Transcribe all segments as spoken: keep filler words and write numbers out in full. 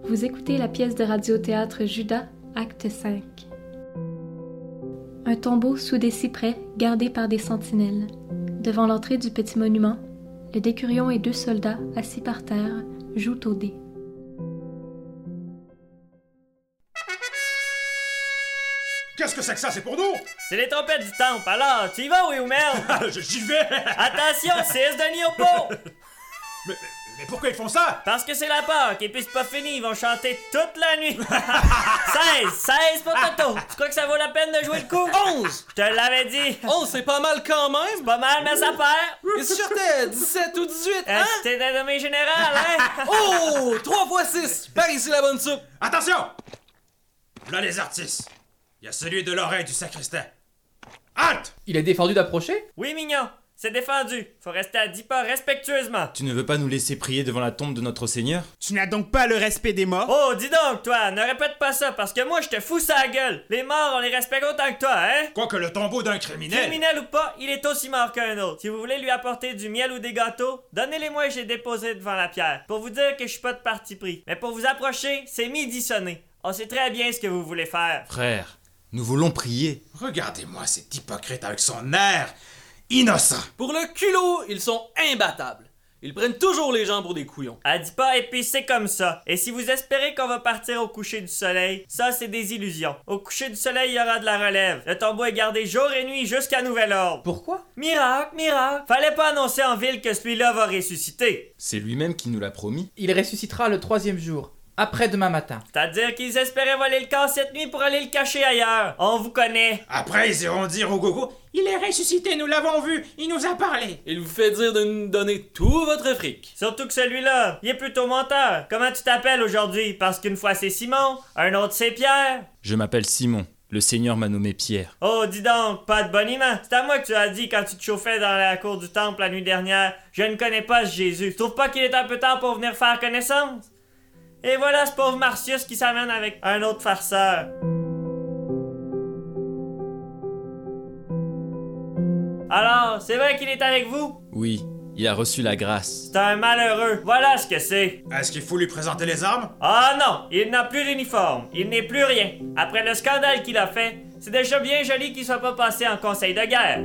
Vous écoutez la pièce de radio-théâtre Judas, acte cinq. Un tombeau sous des cyprès, gardé par des sentinelles. Devant l'entrée du petit monument, le décurion et deux soldats, assis par terre, jouent au dé. Qu'est-ce que c'est que ça? C'est pour nous? C'est les trompettes du temple, alors, tu y vas, oui ou merde? J'y vais! Attention, six de nid au pot! Mais, mais, mais pourquoi ils font ça? Parce que c'est la Pâques, et puis c'est pas fini, ils vont chanter toute la nuit! seize! seize pour Toto! Tu crois que ça vaut la peine de jouer le coup? onze! Je te l'avais dit! onze, c'est pas mal quand même! C'est pas mal, mais ça perd! Et si j'étais dix-sept ou dix-huit, Euh, hein? T'étais nommé général, hein? Oh! trois fois six! Par ici la bonne soupe! Attention! Là les artistes! Il y a celui de l'oreille du sacristain. Halte! Il est défendu d'approcher? Oui, mignon, c'est défendu. Faut rester à dix pas respectueusement. Tu ne veux pas nous laisser prier devant la tombe de notre Seigneur? Tu n'as donc pas le respect des morts? Oh, dis donc, toi, ne répète pas ça, parce que moi, je te fous sa gueule. Les morts, on les respecte autant que toi, hein? Quoique le tombeau d'un criminel... Criminel ou pas, il est aussi mort qu'un autre. Si vous voulez lui apporter du miel ou des gâteaux, donnez-les-moi et je les déposé devant la pierre. Pour vous dire que je suis pas de parti pris. Mais pour vous approcher, c'est midi sonné. On sait très bien ce que vous voulez faire. Frère, nous voulons prier. Regardez-moi cet hypocrite avec son air innocent. Pour le culot, ils sont imbattables. Ils prennent toujours les gens pour des couillons. À dix pas, et puis c'est comme ça. Et si vous espérez qu'on va partir au coucher du soleil, ça c'est des illusions. Au coucher du soleil, il y aura de la relève. Le tombeau est gardé jour et nuit jusqu'à nouvel ordre. Pourquoi? Miracle, miracle. Fallait pas annoncer en ville que celui-là va ressusciter. C'est lui-même qui nous l'a promis. Il ressuscitera le troisième jour, après demain matin. C'est-à-dire qu'ils espéraient voler le corps cette nuit pour aller le cacher ailleurs. On vous connaît. Après, ils iront dire au gogo, il est ressuscité, nous l'avons vu, il nous a parlé. Il vous fait dire de nous donner tout votre fric. Surtout que celui-là, il est plutôt menteur. Comment tu t'appelles aujourd'hui? Parce qu'une fois c'est Simon, un autre c'est Pierre. Je m'appelle Simon. Le Seigneur m'a nommé Pierre. Oh, dis donc, pas de boniment. C'est à moi que tu as dit quand tu te chauffais dans la cour du temple la nuit dernière. Je ne connais pas ce Jésus. Tu trouves pas qu'il est un peu tard pour venir faire connaissance? Et voilà ce pauvre Marcius qui s'amène avec un autre farceur. Alors, c'est vrai qu'il est avec vous? Oui, il a reçu la grâce. C'est un malheureux. Voilà ce que c'est. Est-ce qu'il faut lui présenter les armes? Ah non, il n'a plus d'uniforme. Il n'est plus rien. Après le scandale qu'il a fait, c'est déjà bien joli qu'il soit pas passé en conseil de guerre.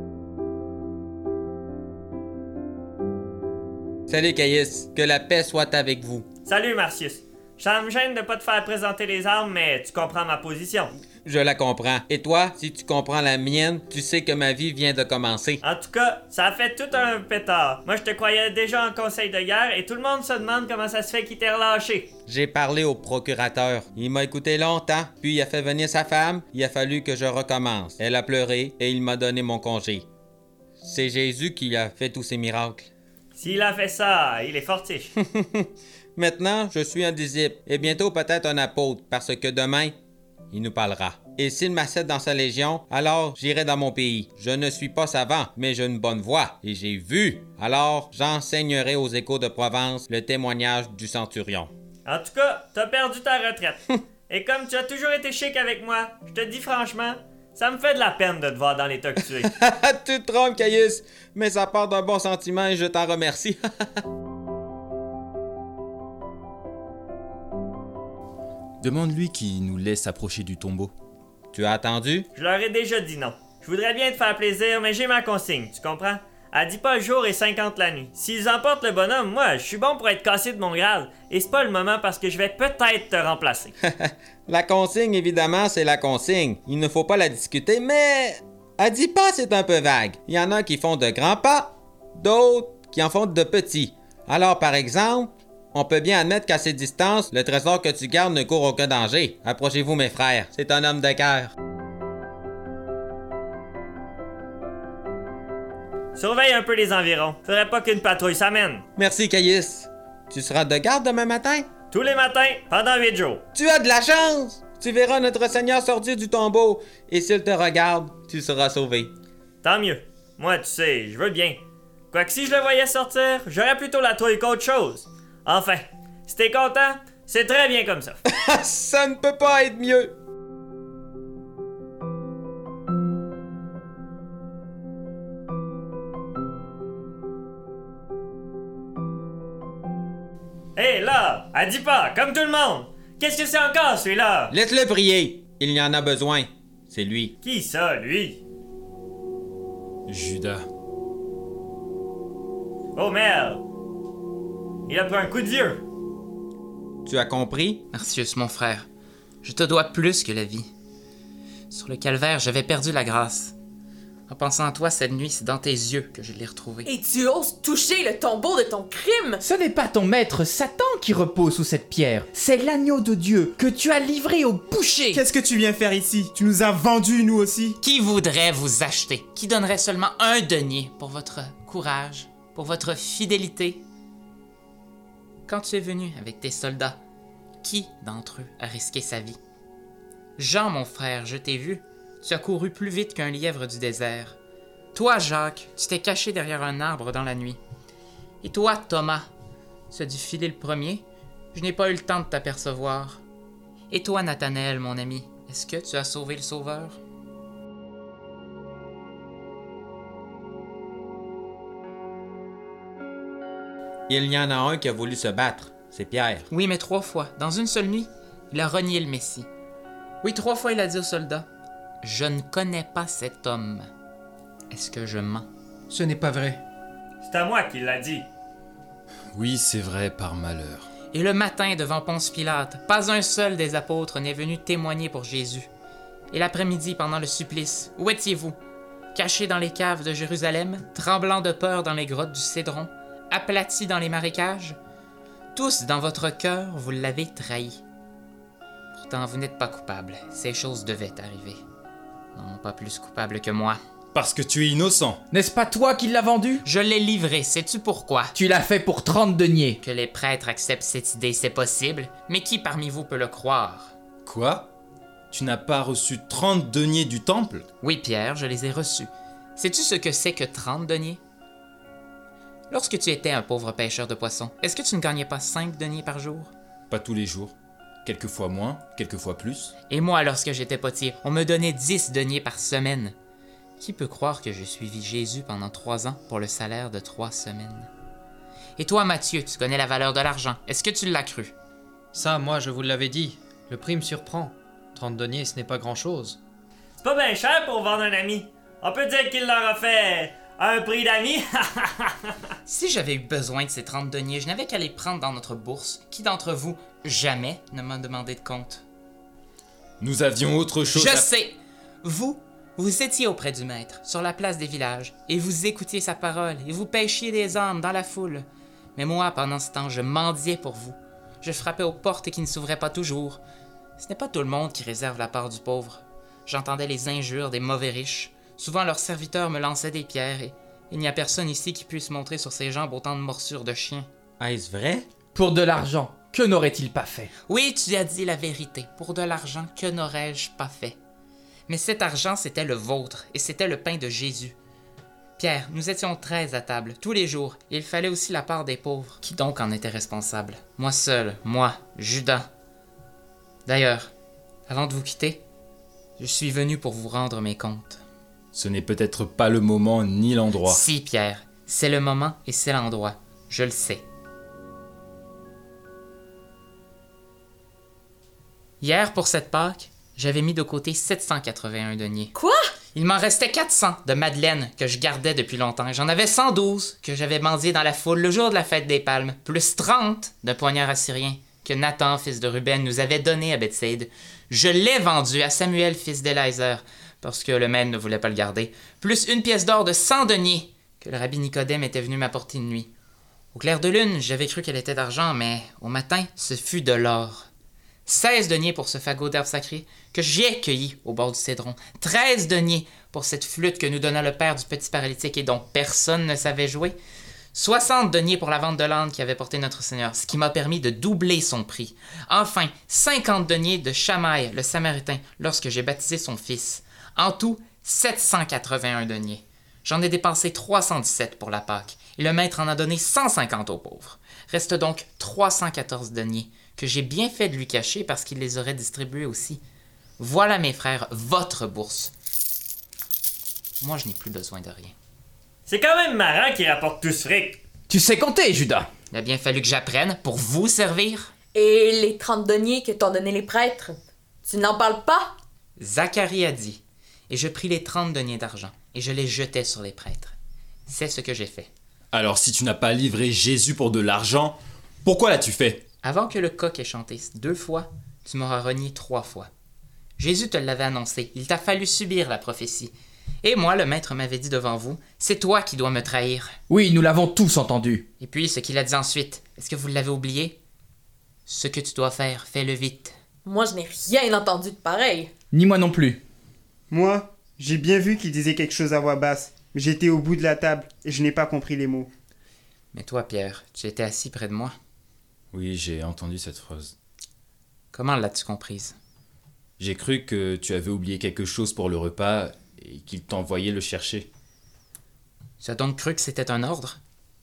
Salut Caïs, que la paix soit avec vous. Salut Marcius. Ça me gêne de pas te faire présenter les armes, mais tu comprends ma position. Je la comprends. Et toi, si tu comprends la mienne, tu sais que ma vie vient de commencer. En tout cas, ça a fait tout un pétard. Moi, je te croyais déjà en conseil de guerre et tout le monde se demande comment ça se fait qu'il t'ait relâché. J'ai parlé au procurateur. Il m'a écouté longtemps, puis il a fait venir sa femme. Il a fallu que je recommence. Elle a pleuré et il m'a donné mon congé. C'est Jésus qui a fait tous ces miracles. S'il a fait ça, il est fortiche. Maintenant, je suis un disciple et bientôt peut-être un apôtre parce que demain, il nous parlera. Et s'il m'accepte dans sa légion, alors j'irai dans mon pays. Je ne suis pas savant, mais j'ai une bonne voix et j'ai vu. Alors j'enseignerai aux échos de Provence le témoignage du centurion. En tout cas, t'as perdu ta retraite. Et comme tu as toujours été chic avec moi, je te dis franchement, ça me fait de la peine de te voir dans l'état que tu es. Tu te trompes, Caïs, mais ça part d'un bon sentiment et je t'en remercie. Demande-lui qu'il nous laisse approcher du tombeau. Tu as attendu? Je leur ai déjà dit non. Je voudrais bien te faire plaisir, mais j'ai ma consigne, tu comprends? À dix pas le jour et cinquante la nuit. S'ils emportent le bonhomme, moi, je suis bon pour être cassé de mon grade. Et c'est pas le moment parce que je vais peut-être te remplacer. La consigne, évidemment, c'est la consigne. Il ne faut pas la discuter, mais à dix pas, c'est un peu vague. Il y en a qui font de grands pas, d'autres qui en font de petits. Alors, par exemple, on peut bien admettre qu'à ces distances, le trésor que tu gardes ne court aucun danger. Approchez-vous, mes frères. C'est un homme de cœur. Surveille un peu les environs. Faudrait pas qu'une patrouille s'amène. Merci, Caïs. Tu seras de garde demain matin? Tous les matins, pendant huit jours. Tu as de la chance! Tu verras notre Seigneur sortir du tombeau, et s'il te regarde, tu seras sauvé. Tant mieux. Moi, tu sais, je veux bien. Quoique si je le voyais sortir, j'aurais plutôt la trouille qu'autre chose. Enfin, si t'es content, c'est très bien comme ça. Ça ne peut pas être mieux. Hé, là, elle dit pas, comme tout le monde. Qu'est-ce que c'est encore, celui-là? Laisse-le prier. Il y en a besoin. C'est lui. Qui ça, lui? Judas. Oh merde! Il a pris un coup de vieux. Tu as compris? Marcius, mon frère, je te dois plus que la vie. Sur le calvaire, j'avais perdu la grâce. En pensant à toi cette nuit, c'est dans tes yeux que je l'ai retrouvé. Et tu oses toucher le tombeau de ton crime? Ce n'est pas ton maître Satan qui repose sous cette pierre, c'est l'agneau de Dieu que tu as livré au boucher. Qu'est-ce que tu viens faire ici? Tu nous as vendus, nous aussi? Qui voudrait vous acheter? Qui donnerait seulement un denier pour votre courage, pour votre fidélité? Quand tu es venu avec tes soldats, qui d'entre eux a risqué sa vie? Jean, mon frère, je t'ai vu. Tu as couru plus vite qu'un lièvre du désert. Toi, Jacques, tu t'es caché derrière un arbre dans la nuit. Et toi, Thomas, tu as dû filer le premier. Je n'ai pas eu le temps de t'apercevoir. Et toi, Nathanaël, mon ami, est-ce que tu as sauvé le Sauveur? Il y en a un qui a voulu se battre. C'est Pierre. Oui, mais trois fois. Dans une seule nuit, il a renié le Messie. Oui, trois fois, il a dit aux soldats, « Je ne connais pas cet homme. » Est-ce que je mens? Ce n'est pas vrai. C'est à moi qu'il l'a dit. Oui, c'est vrai, par malheur. Et le matin, devant Ponce Pilate, pas un seul des apôtres n'est venu témoigner pour Jésus. Et l'après-midi, pendant le supplice, où étiez-vous? Cachés dans les caves de Jérusalem, tremblant de peur dans les grottes du Cédron, aplatis dans les marécages? Tous dans votre cœur, vous l'avez trahi. Pourtant, vous n'êtes pas coupable. Ces choses devaient arriver. Non, pas plus coupable que moi. Parce que tu es innocent. N'est-ce pas toi qui l'as vendu? Je l'ai livré, sais-tu pourquoi? Tu l'as fait pour trente deniers. Que les prêtres acceptent cette idée, c'est possible, mais qui parmi vous peut le croire? Quoi? Tu n'as pas reçu trente deniers du temple? Oui, Pierre, je les ai reçus. Sais-tu ce que c'est que trente deniers? Lorsque tu étais un pauvre pêcheur de poissons, est-ce que tu ne gagnais pas cinq deniers par jour? Pas tous les jours. Quelquefois moins, quelquefois plus. Et moi, lorsque j'étais potier, on me donnait dix deniers par semaine. Qui peut croire que j'ai suivi Jésus pendant trois ans pour le salaire de trois semaines? Et toi, Matthieu, tu connais la valeur de l'argent. Est-ce que tu l'as cru? Ça, moi, je vous l'avais dit. Le prix me surprend. trente deniers, ce n'est pas grand-chose. C'est pas bien cher pour vendre un ami. On peut dire qu'il leur a fait un prix d'ami. Si j'avais eu besoin de ces trente deniers, je n'avais qu'à les prendre dans notre bourse. Qui d'entre vous, jamais, ne m'a demandé de compte? Nous avions autre chose Je à... sais! Vous, vous étiez auprès du maître, sur la place des villages, et vous écoutiez sa parole, et vous pêchiez des âmes dans la foule. Mais moi, pendant ce temps, je mendiais pour vous. Je frappais aux portes qui ne s'ouvraient pas toujours. Ce n'est pas tout le monde qui réserve la part du pauvre. J'entendais les injures des mauvais riches. Souvent, leurs serviteurs me lançaient des pierres, et il n'y a personne ici qui puisse montrer sur ses jambes autant de morsures de chien. Est-ce vrai? Pour de l'argent, que n'aurait-il pas fait? Oui, tu as dit la vérité. Pour de l'argent, que n'aurais-je pas fait? Mais cet argent, c'était le vôtre, et c'était le pain de Jésus. Pierre, nous étions treize à table, tous les jours, et il fallait aussi la part des pauvres. Qui donc en était responsable? Moi seul, moi, Judas. D'ailleurs, avant de vous quitter, je suis venu pour vous rendre mes comptes. Ce n'est peut-être pas le moment ni l'endroit. Si, Pierre, c'est le moment et c'est l'endroit. Je le sais. Hier, pour cette Pâque, j'avais mis de côté sept cent quatre-vingt-un deniers. Quoi? Il m'en restait quatre cents de Madeleine que je gardais depuis longtemps. J'en avais cent douze que j'avais mendié dans la foule le jour de la fête des Palmes, plus trente de poignards assyriens que Nathan, fils de Ruben, nous avait donné à Bethsaïde. Je l'ai vendu à Samuel, fils d'Élaïzer, parce que le maître ne voulait pas le garder, plus une pièce d'or de cent deniers que le rabbi Nicodème était venu m'apporter une nuit. Au clair de lune, j'avais cru qu'elle était d'argent, mais au matin, ce fut de l'or. seize deniers pour ce fagot d'herbe sacrée que j'ai cueilli au bord du Cédron. treize deniers pour cette flûte que nous donna le père du petit paralytique et dont personne ne savait jouer. soixante deniers pour la vente de l'âne qui avait porté notre Seigneur, ce qui m'a permis de doubler son prix. Enfin, cinquante deniers de Chamaï, le Samaritain, lorsque j'ai baptisé son fils. En tout, sept cent quatre-vingt-un deniers. J'en ai dépensé trois cent dix-sept pour la Pâque, et le maître en a donné cent cinquante aux pauvres. Reste donc trois cent quatorze deniers, que j'ai bien fait de lui cacher parce qu'il les aurait distribués aussi. Voilà, mes frères, votre bourse. Moi, je n'ai plus besoin de rien. C'est quand même marrant qu'il rapporte tout ce fric. Tu sais compter, Judas. Il a bien fallu que j'apprenne pour vous servir. Et les trente deniers que t'ont donné les prêtres, tu n'en parles pas? Zacharie a dit, et je pris les trente deniers d'argent, et je les jetai sur les prêtres. C'est ce que j'ai fait. Alors si tu n'as pas livré Jésus pour de l'argent, pourquoi l'as-tu fait? Avant que le coq ait chanté deux fois, tu m'auras renié trois fois. Jésus te l'avait annoncé, il t'a fallu subir la prophétie. Et moi, le maître m'avait dit devant vous, c'est toi qui dois me trahir. Oui, nous l'avons tous entendu. Et puis, ce qu'il a dit ensuite, est-ce que vous l'avez oublié? Ce que tu dois faire, fais-le vite. Moi, je n'ai rien entendu de pareil. Ni moi non plus. Moi, j'ai bien vu qu'il disait quelque chose à voix basse, mais j'étais au bout de la table et je n'ai pas compris les mots. Mais toi, Pierre, tu étais assis près de moi. Oui, j'ai entendu cette phrase. Comment l'as-tu comprise? J'ai cru que tu avais oublié quelque chose pour le repas et qu'il t'envoyait le chercher. Tu as donc cru que c'était un ordre?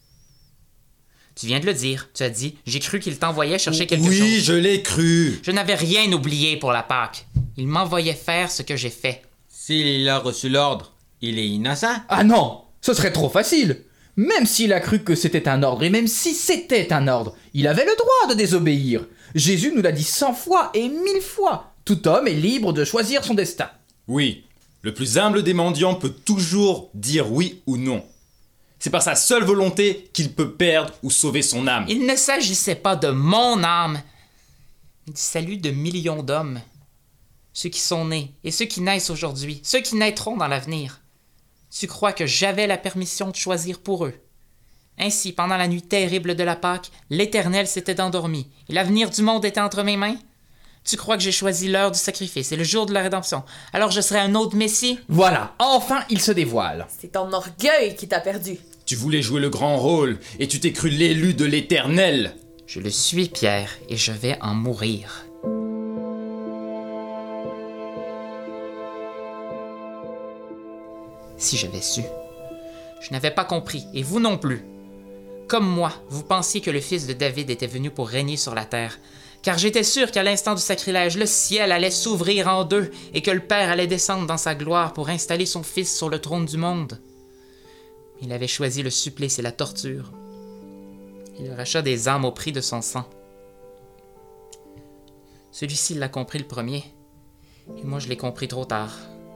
Tu viens de le dire. Tu as dit, j'ai cru qu'il t'envoyait chercher quelque oui, chose. Oui, je l'ai cru. Je n'avais rien oublié pour la Pâque. Il m'envoyait faire ce que j'ai fait. S'il a reçu l'ordre, il est innocent? Ah non, ce serait trop facile. Même s'il a cru que c'était un ordre, et même si c'était un ordre, il avait le droit de désobéir. Jésus nous l'a dit cent fois et mille fois. Tout homme est libre de choisir son destin. Oui, le plus humble des mendiants peut toujours dire oui ou non. C'est par sa seule volonté qu'il peut perdre ou sauver son âme. Il ne s'agissait pas de mon âme, mais du salut de millions d'hommes. Ceux qui sont nés et ceux qui naissent aujourd'hui, ceux qui naîtront dans l'avenir. Tu crois que j'avais la permission de choisir pour eux? Ainsi, pendant la nuit terrible de la Pâque, l'Éternel s'était endormi et l'avenir du monde était entre mes mains? Tu crois que j'ai choisi l'heure du sacrifice et le jour de la rédemption, alors je serai un autre Messie? Voilà, enfin il se dévoile. C'est ton orgueil qui t'a perdu. Tu voulais jouer le grand rôle et tu t'es cru l'élu de l'Éternel. Je le suis, Pierre, et je vais en mourir. Si j'avais su. Je n'avais pas compris, et vous non plus. Comme moi, vous pensiez que le fils de David était venu pour régner sur la terre, car j'étais sûr qu'à l'instant du sacrilège, le ciel allait s'ouvrir en deux et que le Père allait descendre dans sa gloire pour installer son fils sur le trône du monde. Il avait choisi le supplice et la torture. Il racha des âmes au prix de son sang. Celui-ci l'a compris le premier, et moi je l'ai compris trop tard.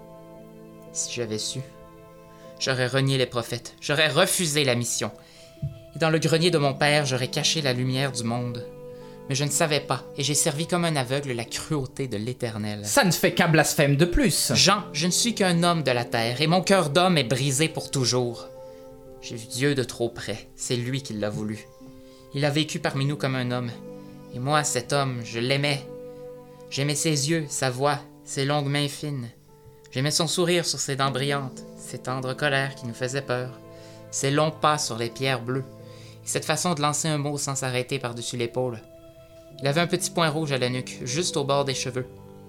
Si j'avais su, j'aurais renié les prophètes, j'aurais refusé la mission, et dans le grenier de mon père, j'aurais caché la lumière du monde. Mais je ne savais pas, et j'ai servi comme un aveugle la cruauté de l'Éternel. Ça ne fait qu'un blasphème de plus. Jean, je ne suis qu'un homme de la terre, et mon cœur d'homme est brisé pour toujours. J'ai vu Dieu de trop près, c'est lui qui l'a voulu. Il a vécu parmi nous comme un homme, et moi, cet homme, je l'aimais. J'aimais ses yeux, sa voix, ses longues mains fines. J'aimais son sourire sur ses dents brillantes, ses tendres colères qui nous faisaient peur, ses longs pas sur les pierres bleues, et cette façon de lancer un mot sans s'arrêter par-dessus l'épaule. Il avait un petit point rouge à la nuque, juste au bord des cheveux.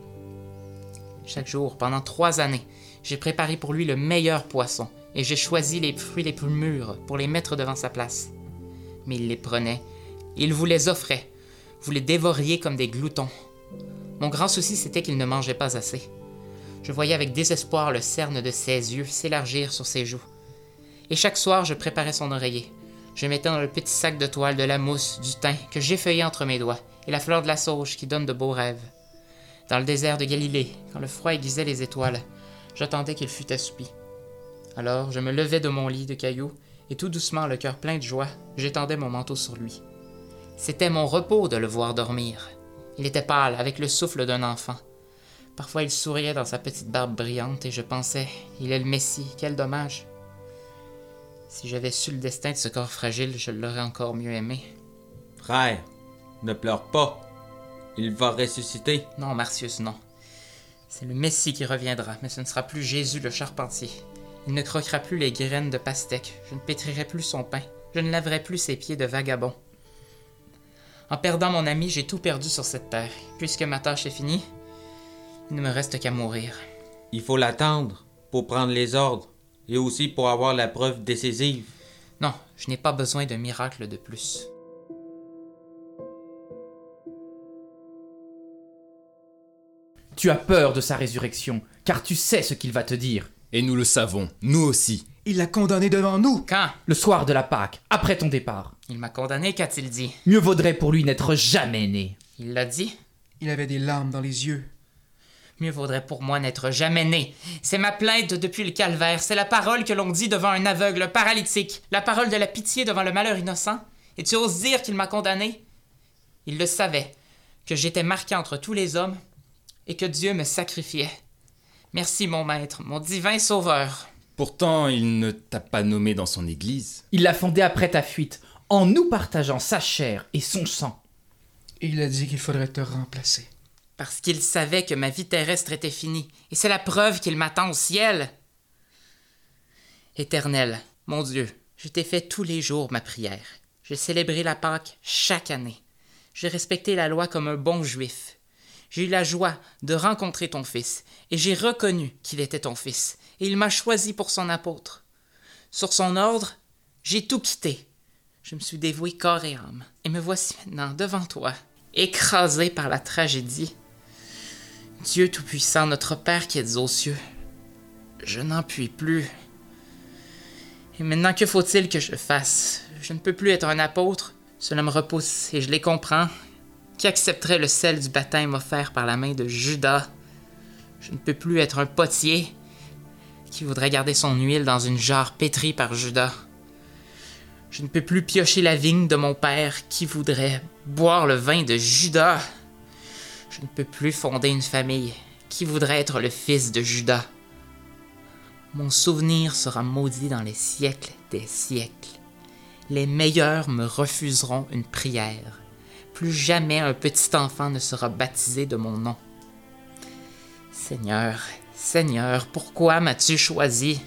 Chaque jour, pendant trois années, j'ai préparé pour lui le meilleur poisson, et j'ai choisi les fruits les plus mûrs pour les mettre devant sa place. Mais il les prenait, et il vous les offrait. Vous les dévoriez comme des gloutons. Mon grand souci, c'était qu'il ne mangeait pas assez. Je voyais avec désespoir le cerne de ses yeux s'élargir sur ses joues. Et chaque soir, je préparais son oreiller. Je mettais dans le petit sac de toile de la mousse, du thym, que j'effeuillais entre mes doigts, et la fleur de la sauge qui donne de beaux rêves. Dans le désert de Galilée, quand le froid aiguisait les étoiles, j'attendais qu'il fût assoupi. Alors, je me levais de mon lit de cailloux, et tout doucement, le cœur plein de joie, j'étendais mon manteau sur lui. C'était mon repos de le voir dormir. Il était pâle, avec le souffle d'un enfant. Parfois, il souriait dans sa petite barbe brillante, et je pensais, il est le Messie, quel dommage. Si j'avais su le destin de ce corps fragile, je l'aurais encore mieux aimé. Frère, ne pleure pas. Il va ressusciter. Non, Marcius, non. C'est le Messie qui reviendra, mais ce ne sera plus Jésus le charpentier. Il ne croquera plus les graines de pastèque, je ne pétrirai plus son pain, je ne laverai plus ses pieds de vagabond. En perdant mon ami, j'ai tout perdu sur cette terre. Puisque ma tâche est finie, il ne me reste qu'à mourir. Il faut l'attendre pour prendre les ordres, et aussi pour avoir la preuve décisive. Non, je n'ai pas besoin d'un miracle de plus. Tu as peur de sa résurrection, car tu sais ce qu'il va te dire. Et nous le savons, nous aussi. Il l'a condamné devant nous. Quand? Le soir de la Pâque, après ton départ. Il m'a condamné, qu'a-t-il dit? Mieux vaudrait pour lui n'être jamais né. Il l'a dit? Il avait des larmes dans les yeux. Mieux vaudrait pour moi n'être jamais né. C'est ma plainte depuis le calvaire. C'est la parole que l'on dit devant un aveugle, un paralytique. La parole de la pitié devant le malheur innocent. Et tu oses dire qu'il m'a condamné? Il le savait, que j'étais marqué entre tous les hommes et que Dieu me sacrifiait. Merci, mon maître, mon divin sauveur. Pourtant, il ne t'a pas nommé dans son église. Il l'a fondée après ta fuite, en nous partageant sa chair et son sang. Et il a dit qu'il faudrait te remplacer. Parce qu'il savait que ma vie terrestre était finie, et c'est la preuve qu'il m'attend au ciel. Éternel, mon Dieu, je t'ai fait tous les jours ma prière. J'ai célébré la Pâque chaque année. J'ai respecté la loi comme un bon juif. J'ai eu la joie de rencontrer ton fils, et j'ai reconnu qu'il était ton fils, et il m'a choisi pour son apôtre. Sur son ordre, j'ai tout quitté. Je me suis dévoué corps et âme, et me voici maintenant devant toi, écrasé par la tragédie. Dieu Tout-Puissant, notre Père qui êtes aux cieux, je n'en puis plus. Et maintenant, que faut-il que je fasse? Je ne peux plus être un apôtre, cela me repousse, et je les comprends. Qui accepterait le sel du baptême offert par la main de Judas? Je ne peux plus être un potier. Qui voudrait garder son huile dans une jarre pétrie par Judas? Je ne peux plus piocher la vigne de mon père. Qui voudrait boire le vin de Judas? Je ne peux plus fonder une famille. Qui voudrait être le fils de Judas? Mon souvenir sera maudit dans les siècles des siècles. Les meilleurs me refuseront une prière. Plus jamais un petit enfant ne sera baptisé de mon nom. Seigneur, Seigneur, pourquoi m'as-tu choisi?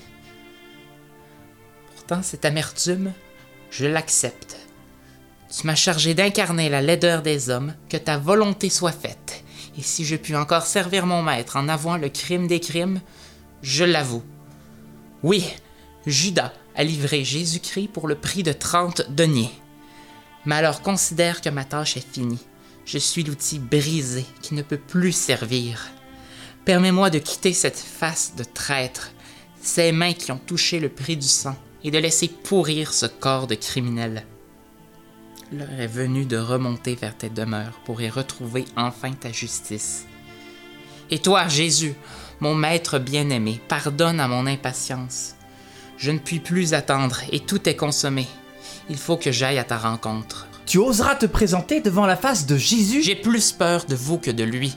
Pourtant, cette amertume, je l'accepte. Tu m'as chargé d'incarner la laideur des hommes, que ta volonté soit faite. Et si je puis encore servir mon maître en avouant le crime des crimes, je l'avoue. Oui, Judas a livré Jésus-Christ pour le prix de trente deniers. Mais alors considère que ma tâche est finie. Je suis l'outil brisé qui ne peut plus servir. Permets-moi de quitter cette face de traître, ces mains qui ont touché le prix du sang, et de laisser pourrir ce corps de criminel. L'heure est venue de remonter vers tes demeures pour y retrouver enfin ta justice. Et toi, Jésus, mon maître bien-aimé, pardonne à mon impatience. Je ne puis plus attendre et tout est consommé. Il faut que j'aille à ta rencontre. Tu oseras te présenter devant la face de Jésus? J'ai plus peur de vous que de lui.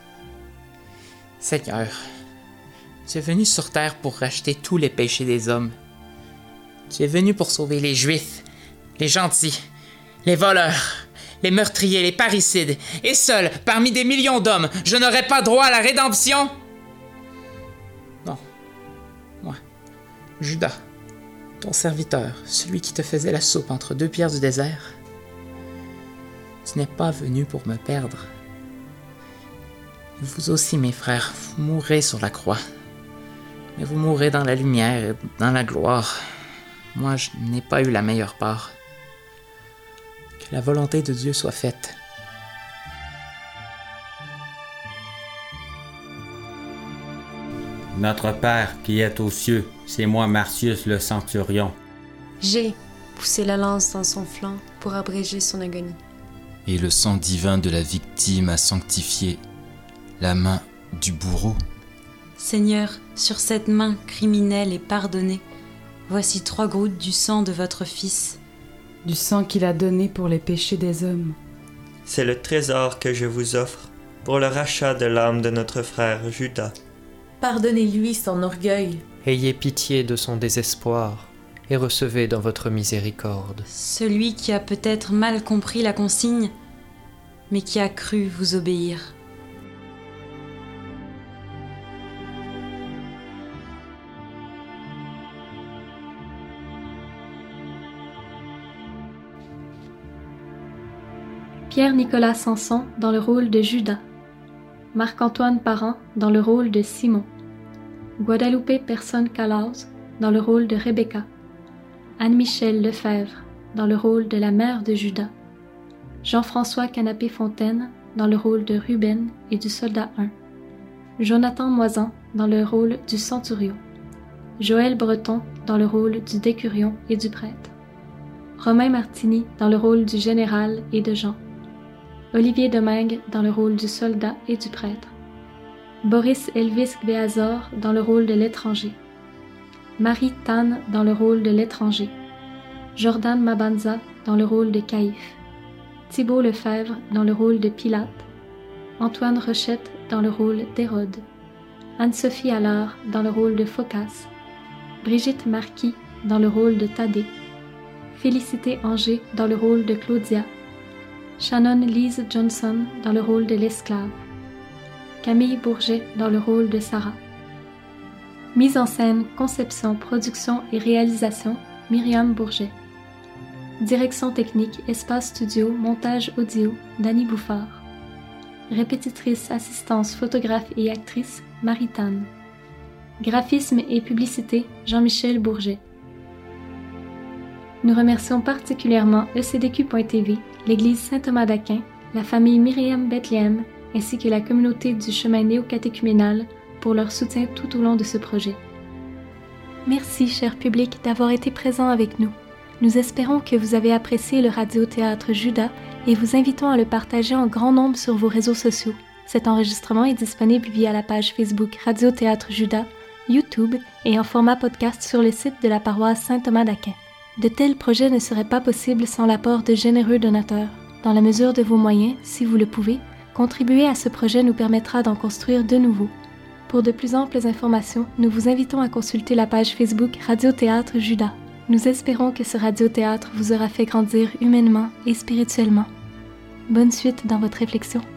Seigneur, tu es venu sur terre pour racheter tous les péchés des hommes. Tu es venu pour sauver les Juifs, les gentils, les voleurs, les meurtriers, les parricides, et seul, parmi des millions d'hommes, je n'aurais pas droit à la rédemption? Non. Moi, Judas, ton serviteur, celui qui te faisait la soupe entre deux pierres du désert, tu n'es pas venu pour me perdre. Vous aussi, mes frères, vous mourrez sur la croix. Mais vous mourrez dans la lumière et dans la gloire. Moi, je n'ai pas eu la meilleure part. Que la volonté de Dieu soit faite. Notre Père qui est aux cieux, c'est moi Marcius le centurion. J'ai poussé la lance dans son flanc pour abréger son agonie. Et le sang divin de la victime a sanctifié la main du bourreau. Seigneur, sur cette main criminelle et pardonnée, voici trois gouttes du sang de votre Fils. Du sang qu'il a donné pour les péchés des hommes. C'est le trésor que je vous offre pour le rachat de l'âme de notre frère Judas. Pardonnez-lui son orgueil. Ayez pitié de son désespoir et recevez dans votre miséricorde celui qui a peut-être mal compris la consigne, mais qui a cru vous obéir. Pierre-Nicolas Sanson dans le rôle de Judas, Marc-Antoine Parent dans le rôle de Simon, Guadalupe Persson-Calauz dans le rôle de Rebecca, Anne-Michèle Lefebvre dans le rôle de la mère de Judas, Jean-François Canapé-Fontaine dans le rôle de Ruben et du soldat un, Jonathan Moisan dans le rôle du centurion, Joël Breton dans le rôle du décurion et du prêtre, Romain Martini dans le rôle du général et de Jean, Olivier Domingue dans le rôle du soldat et du prêtre, Boris Elvis Béazor dans le rôle de l'étranger, Marie Tan dans le rôle de l'étranger, Jordan Mabanza dans le rôle de Caïphe, Thibault Lefebvre dans le rôle de Pilate, Antoine Rochette dans le rôle d'Hérode, Anne-Sophie Allard dans le rôle de Phocas, Brigitte Marquis dans le rôle de Thaddée, Félicité Anger dans le rôle de Claudia, Shannon Lise Johnson dans le rôle de l'esclave, Camille Bourget dans le rôle de Sarah. Mise en scène, conception, production et réalisation, Myriam Bourget. Direction technique, espace studio, montage audio, Dany Bouffard. Répétitrice, assistance, photographe et actrice, Marie Tan. Graphisme et publicité, Jean-Michel Bourget. Nous remercions particulièrement E C D Q point T V, l'Église Saint-Thomas d'Aquin, la famille Myriam Bethléem, ainsi que la communauté du chemin néo-catéchuménal pour leur soutien tout au long de ce projet. Merci, cher public, d'avoir été présent avec nous. Nous espérons que vous avez apprécié le radiothéâtre Judas et vous invitons à le partager en grand nombre sur vos réseaux sociaux. Cet enregistrement est disponible via la page Facebook Radiothéâtre Judas, YouTube et en format podcast sur le site de la paroisse Saint-Thomas d'Aquin. De tels projets ne seraient pas possibles sans l'apport de généreux donateurs. Dans la mesure de vos moyens, si vous le pouvez, contribuer à ce projet nous permettra d'en construire de nouveaux. Pour de plus amples informations, nous vous invitons à consulter la page Facebook Radiothéâtre Judas. Nous espérons que ce radiothéâtre vous aura fait grandir humainement et spirituellement. Bonne suite dans votre réflexion.